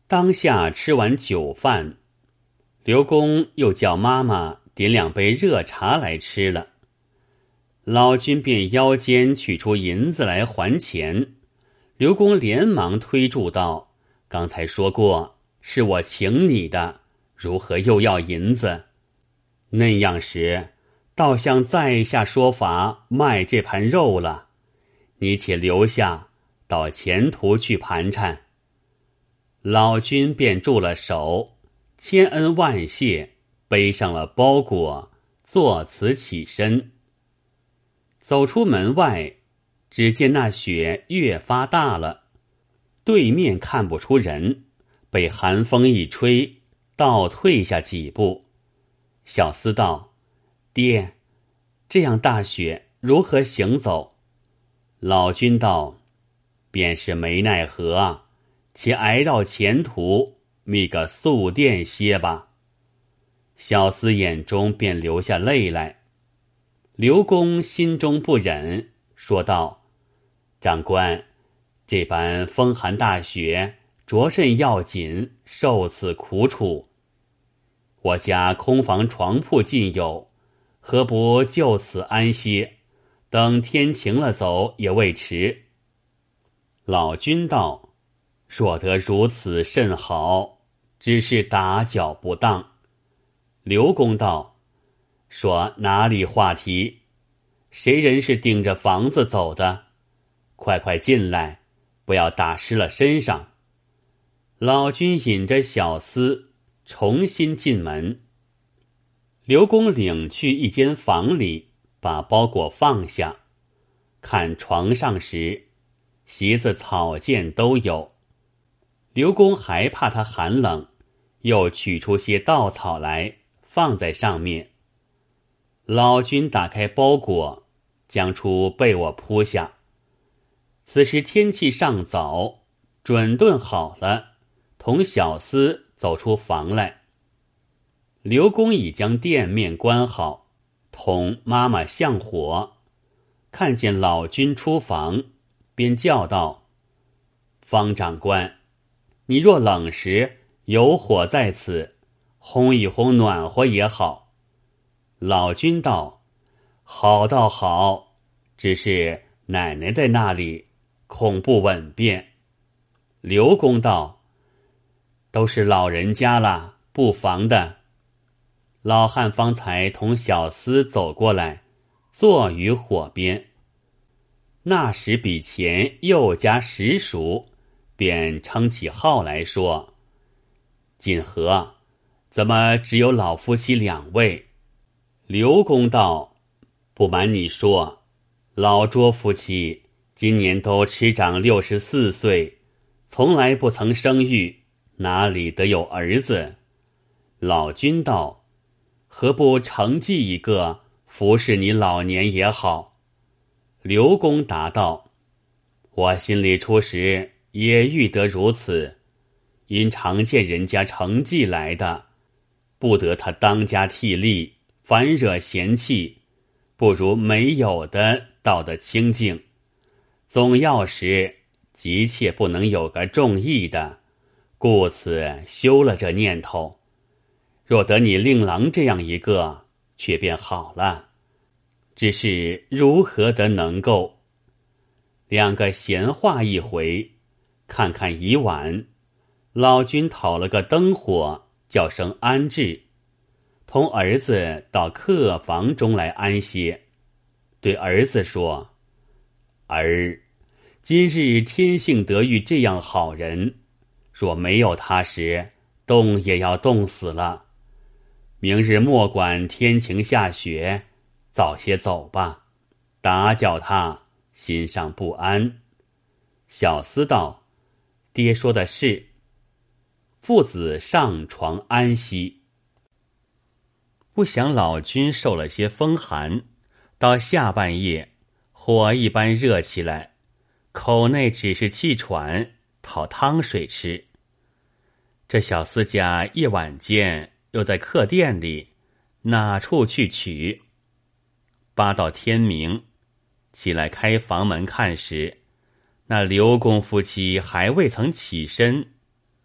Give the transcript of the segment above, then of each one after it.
当下吃完酒饭，刘公又叫妈妈点2杯热茶来吃了。老君便腰间取出银子来还钱，刘公连忙推住道：“刚才说过是我请你的，如何又要银子？那样时倒像在下说法卖这盘肉了，你且留下，到前途去盘缠。”老君便住了手，千恩万谢，背上了包裹，作辞起身。走出门外，只见那雪越发大了，对面看不出人，被寒风一吹，倒退下几步。小厮道：“爹，这样大雪如何行走？”老君道：“便是没奈何啊，且挨到前途，觅个宿店歇吧。”小厮眼中便流下泪来。刘公心中不忍，说道：“长官，这般风寒大雪，着甚要紧，受此苦楚。我家空房床铺尽有，何不就此安歇，等天晴了走也未迟。”老君道：“若得如此甚好，只是打搅不当。”刘公道：“说哪里话题？谁人是顶着房子走的？快快进来，不要打湿了身上。”老君引着小厮重新进门。刘公领去一间房里，把包裹放下，看床上时，席子草箭都有。刘公还怕他寒冷，又取出些稻草来放在上面。老君打开包裹，将出被窝铺下。此时天气尚早，准炖好了，同小厮走出房来。刘公已将店面关好，同妈妈向火，看见老君出房，便叫道：“方长官，你若冷时有火在此，烘一烘暖和也好。”老君道：“好倒好，只是奶奶在那里，恐不稳便。”刘公道：“都是老人家了，不妨的。”老汉方才同小厮走过来，坐于火边。那时比前又加10熟，便称起号来说：“锦和，怎么只有老夫妻2位？”刘公道：“不瞒你说，老卓夫妻今年都吃长64岁，从来不曾生育，哪里得有儿子？”老君道：“何不承继一个，服侍你老年也好？”刘公答道：“我心里初时也欲得如此，因常见人家承继来的，不得他当家替力，烦惹嫌弃，不如没有的道得清净。总要时急切不能有个中意的，故此休了这念头。若得你令郎这样一个，却便好了。只是如何得能够？”2个闲话一回，看看已晚，老君讨了个灯火，叫声安置，同儿子到客房中来安歇，对儿子说：“儿，今日天幸得遇这样好人，若没有他时，冻也要冻死了。明日莫管天晴下雪，早些走吧，打搅他，心上不安。”小厮道：“爹说的是。”父子上床安息。不想老君受了些风寒，到下半夜火一般热起来，口内只是气喘，讨汤水吃。这小厮家夜晚间又在客店里，哪处去取？扒到天明，起来开房门看时，那刘公夫妻还未曾起身，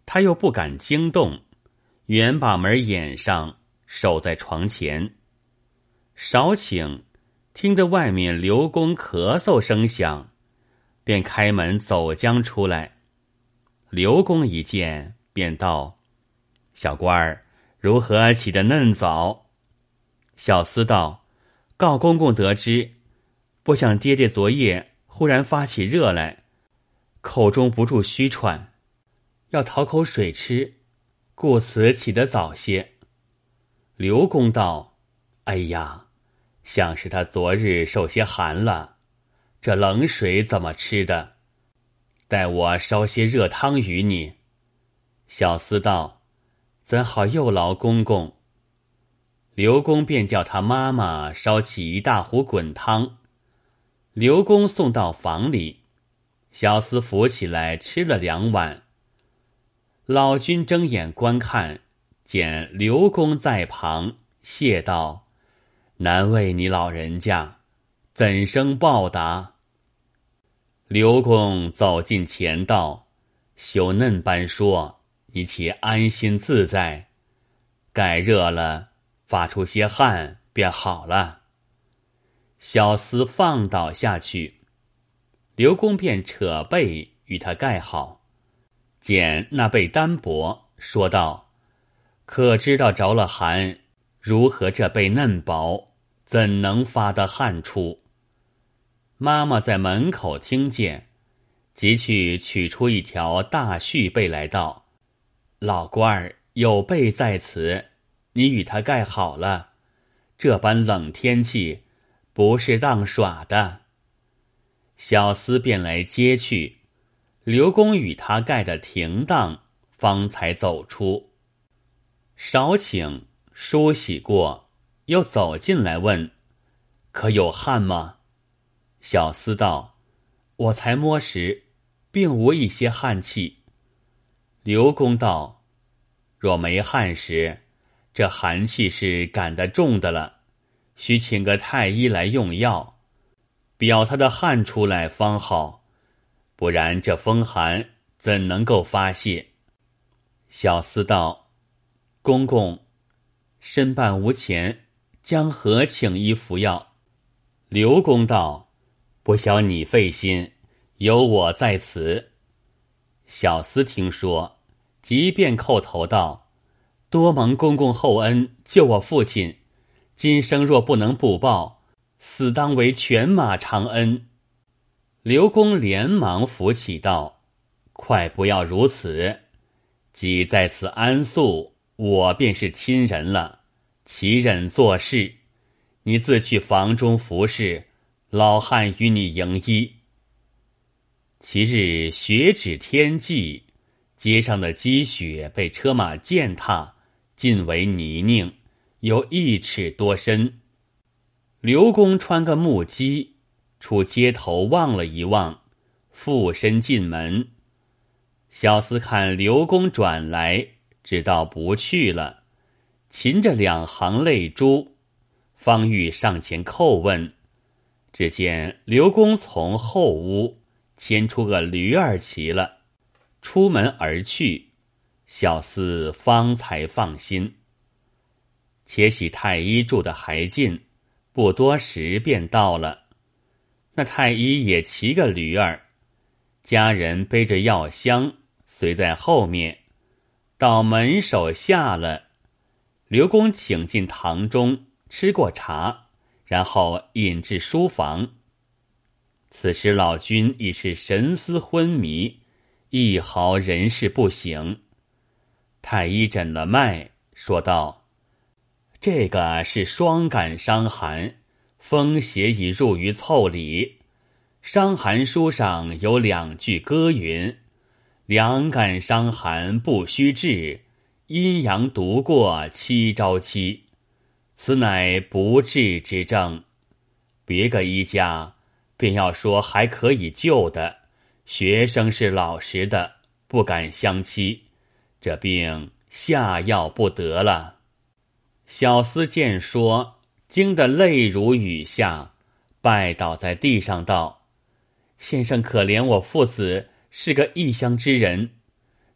他又不敢惊动，原把门掩上，守在床前。少顷，听得外面刘公咳嗽声响，便开门走将出来。刘公一见，便道：“小官儿，如何起得嫩早？”小厮道：“告公公得知，不想爹爹昨夜忽然发起热来，口中不住虚喘，要讨口水吃，故此起得早些。”刘公道：“哎呀，像是他昨日受些寒了，这冷水怎么吃的？待我烧些热汤与你。”小厮道：“怎好诱劳公公？”刘公便叫他妈妈烧起一大壶滚汤。刘公送到房里，小厮扶起来吃了2碗。老君睁眼观看，见刘公在旁，谢道：“难为你老人家，怎生报答？”刘公走近前道：“羞嫩般说，你且安心自在，盖热了，发出些汗便好了。”小厮放倒下去，刘公便扯被与他盖好，见那被单薄，说道：“可知道着了寒，如何这被嫩薄，怎能发得汗出？”妈妈在门口听见，即去取出一条大絮被来道：“老官儿有被在此，你与他盖好了，这般冷天气，不是当耍的。”小厮便来接去，刘公与他盖得停当，方才走出。少顷，梳洗过，又走进来问：“可有汗吗？”小厮道：“我才摸时，并无一些汗气。”刘公道：“若没汗时，这寒气是感得重的了，须请个太医来用药，表他的汗出来方好，不然这风寒怎能够发泄？”小厮道：“公公，身半无钱，将何请医服药？”刘公道：“不消你费心，有我在此。”小厮听说，即便叩头道：“多蒙公公厚恩，救我父亲，今生若不能补报，死当为犬马偿恩。”刘公连忙扶起道：“快不要如此，既在此安宿，我便是亲人了，岂忍做事？你自去房中服侍，老汉与你迎医。”其日雪止天际，街上的积雪被车马践踏，尽为泥泞，有1尺多深。刘公穿个木屐，出街头望了一望，附身进门。小厮看刘公转来，知道不去了，噙着2行泪珠，方欲上前叩问，只见刘公从后屋牵出个驴儿骑了，出门而去，小厮方才放心。且喜太医住得还近，不多时便到了。那太医也骑个驴儿，家人背着药箱随在后面，到门首下了。刘公请进堂中吃过茶，然后引至书房。此时老君已是神思昏迷，一毫人事不省。太医诊了脉，说道：“这个是双感伤寒，风邪已入于腠理。伤寒书上有2句歌云：两感伤寒不须治，阴阳独过7朝期。此乃不治之症。别个医家便要说还可以救的，学生是老实的，不敢相欺，这病下药不得了。”小厮见说，惊得泪如雨下，拜倒在地上道：“先生可怜我父子是个异乡之人，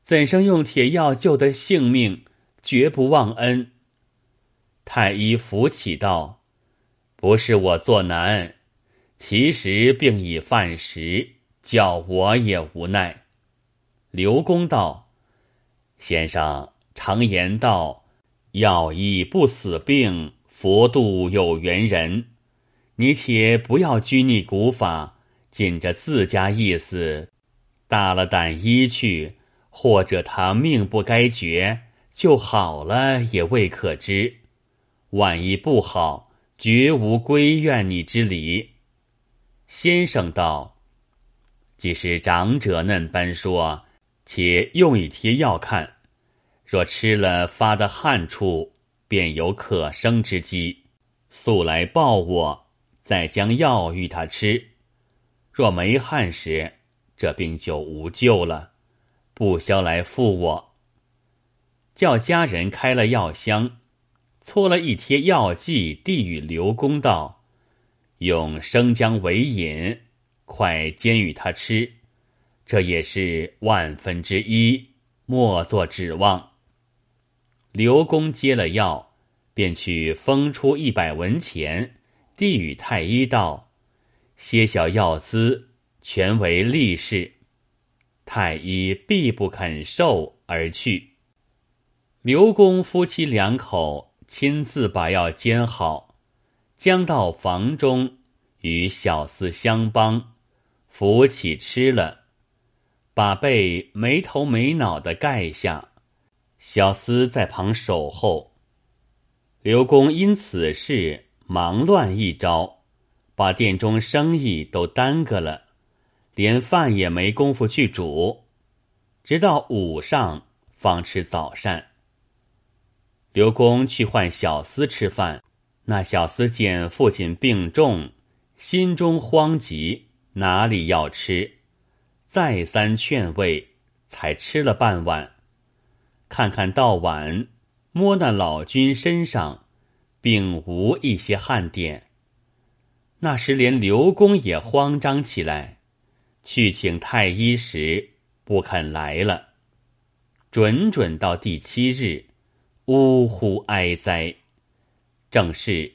怎生用铁药救得性命，绝不忘恩。太医扶起道：不是我作难，其实病已犯时，叫我也无奈。刘公道：先生常言道，药医不死病，佛度有缘人。你且不要拘泥古法，尽着自家意思，大了胆医去，或者他命不该绝，就好了也未可知。万一不好，绝无归怨你之理。先生道：即使长者嫩般说，且用一贴药看，若吃了发的汗处，便有可生之机，速来报我，再将药与他吃。若没汗时，这病就无救了，不消来付我。叫家人开了药箱，搓了一贴药剂，递与刘公道：用生姜为饮，快煎与他吃，这也是1/1000，莫作指望。刘公接了药，便去封出100文钱，递与太医道：些小药资，全为利事。太医必不肯受而去。刘公夫妻2口亲自把药煎好，将到房中，与小厮相帮，扶起吃了，把被没头没脑地盖下，小厮在旁守候。刘公因此事忙乱一朝，把店中生意都耽搁了，连饭也没工夫去煮，直到午上方吃早膳。刘公去唤小厮吃饭，那小厮见父亲病重，心中慌急，哪里要吃，再三劝慰，才吃了半碗。看看到晚，摸那老君身上并无一些汗点。那时连刘公也慌张起来，去请太医时不肯来了。准到第7日，呜呼哀哉！正是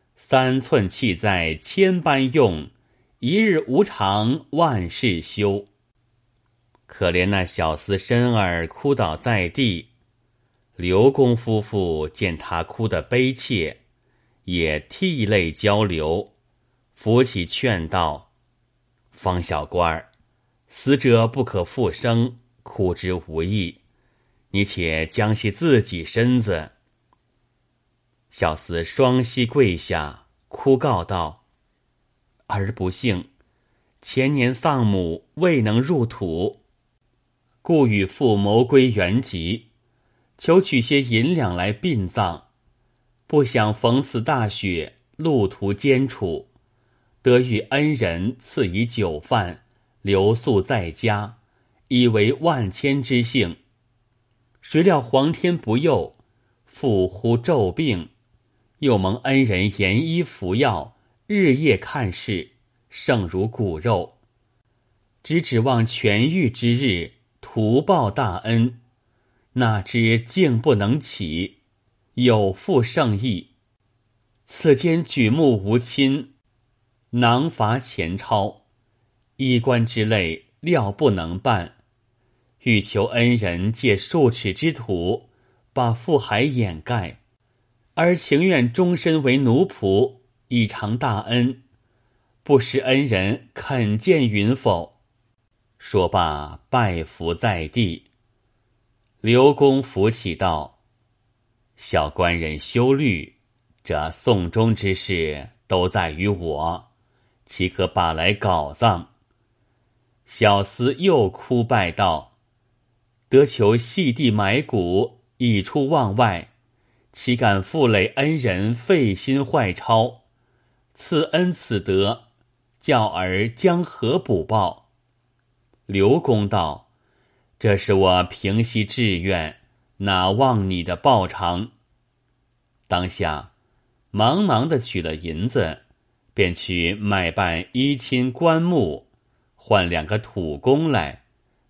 3寸气在千般用，一日无常万事休。可怜那小厮身儿哭倒在地，刘公夫妇见他哭得悲切，也涕泪交流，扶起劝道：方小官儿，死者不可复生，哭之无益，你且将息自己身子。小厮双膝跪下，哭告道：儿不幸，前年丧母，未能入土，故与父谋归原籍，求取些银两来殡葬。不想逢此大雪，路途艰楚，得遇恩人赐以酒饭，留宿在家，以为万千之幸。谁料皇天不佑，复忽骤病，又蒙恩人严医服药，日夜看视，胜如骨肉。只指望痊愈之日，图报大恩，哪知竟不能起，有负圣意。此间举目无亲，囊乏钱钞，衣冠之类料不能办，欲求恩人借数尺之土，把腹海掩盖，而情愿终身为奴仆，以偿大恩。不识恩人肯见允否？说罢拜伏在地。刘公扶起道：小官人休虑，这送终之事都在于我，岂可把来搞葬？小厮又哭拜道：得求细地埋骨，以出望外，岂敢负累恩人费心坏钞？此恩此德，教儿将何补报？刘公道：这是我平息志愿，哪忘你的报偿？当下忙地取了银子，便去买办衣衾棺木，换2个土工来，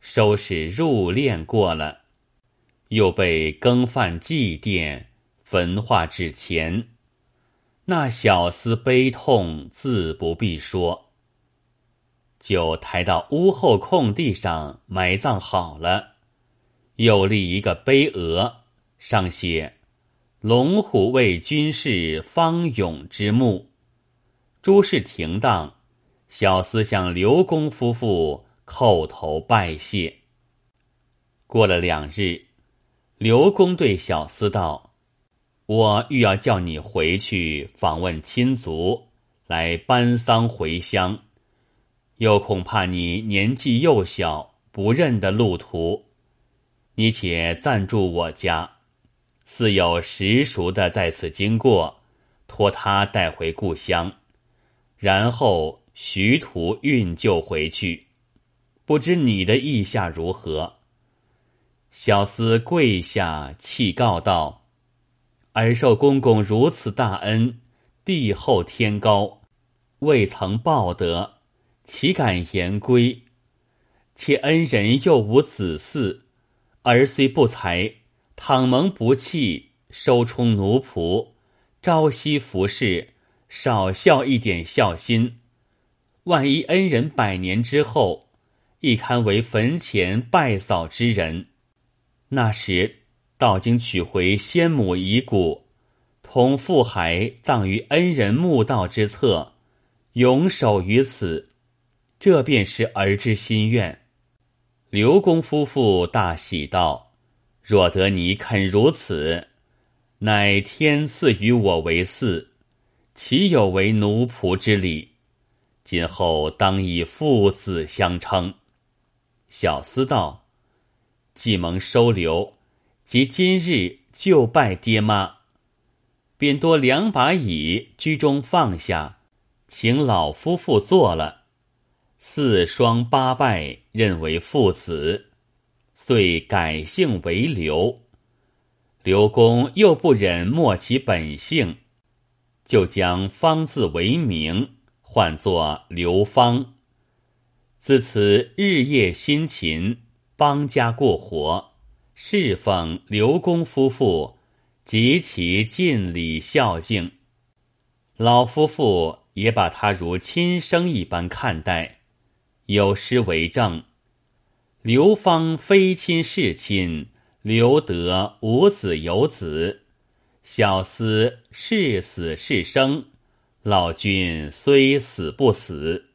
收拾入殓过了，又被更犯祭奠，焚化纸钱。那小厮悲痛自不必说，就抬到屋后空地上埋葬好了，又立一个碑额，上写龙虎卫军士方勇之墓。诸事停当，小厮向刘公夫妇叩头拜谢。过了2日，刘公对小厮道：我欲要叫你回去访问亲族，来搬丧回乡，又恐怕你年纪幼小，不认得路途，你且暂住我家，似有识熟的在此经过，托他带回故乡，然后徐图运就回去，不知你的意下如何？小厮跪下泣告道：尔受公公如此大恩，地厚天高，未曾报得，岂敢言归？且恩人又无子嗣，儿虽不才，倘蒙不弃，收充奴仆，朝夕服侍，少效一点孝心，万一恩人100年之后，亦堪为坟前拜扫之人。那时道经取回先母遗骨，同父骸葬于恩人墓道之侧，永守于此，这便是儿之心愿。刘公夫妇大喜道：若得你肯如此，乃天赐予我为嗣，岂有为奴仆之理？今后当以父子相称。小厮道：既蒙收留，即今日就拜爹妈。便多2把椅居中放下，请老夫妇坐了，4双8拜，认为父子，遂改姓为刘。刘公又不忍没其本姓，就将方字为名，唤作刘方。自此日夜辛勤，帮家过活，侍奉刘公夫妇，极其尽礼孝敬。老夫妇也把他如亲生一般看待，有诗为证：刘方非亲是亲，刘德无子有子，小厮是死是生，老君虽死不死。